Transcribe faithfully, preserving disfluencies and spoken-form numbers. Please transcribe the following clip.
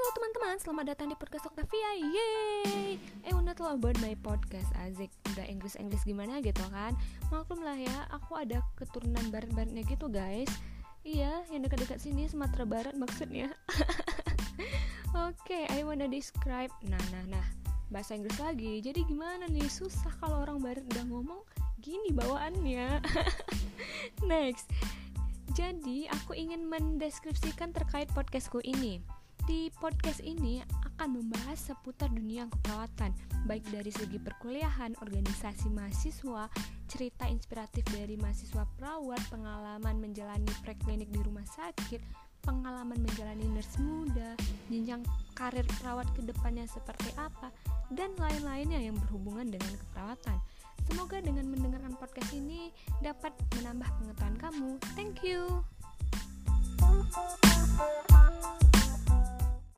Halo teman-teman, selamat datang di podcast Octavia. Yeay. Eh, wanna tell about my podcast, asik. Udah Inggris-Inggris gimana gitu kan. Maklum lah ya, aku ada keturunan barat-baratnya gitu guys. Iya, yang dekat-dekat sini, Sumatera Barat maksudnya. Oke, okay, I wanna describe. Nah, nah, nah, bahasa Inggris lagi. Jadi gimana nih, susah kalau orang barat udah ngomong gini bawaannya. Next. Jadi, aku ingin mendeskripsikan terkait podcastku ini. Di podcast ini akan membahas seputar dunia keperawatan, baik dari segi perkuliahan, organisasi mahasiswa, cerita inspiratif dari mahasiswa perawat, pengalaman menjalani preklinik di rumah sakit, pengalaman menjalani nurse muda, jenjang karir perawat ke depannya seperti apa, dan lain-lainnya yang berhubungan dengan keperawatan. Semoga dengan mendengarkan podcast ini dapat menambah pengetahuan kamu. Thank you.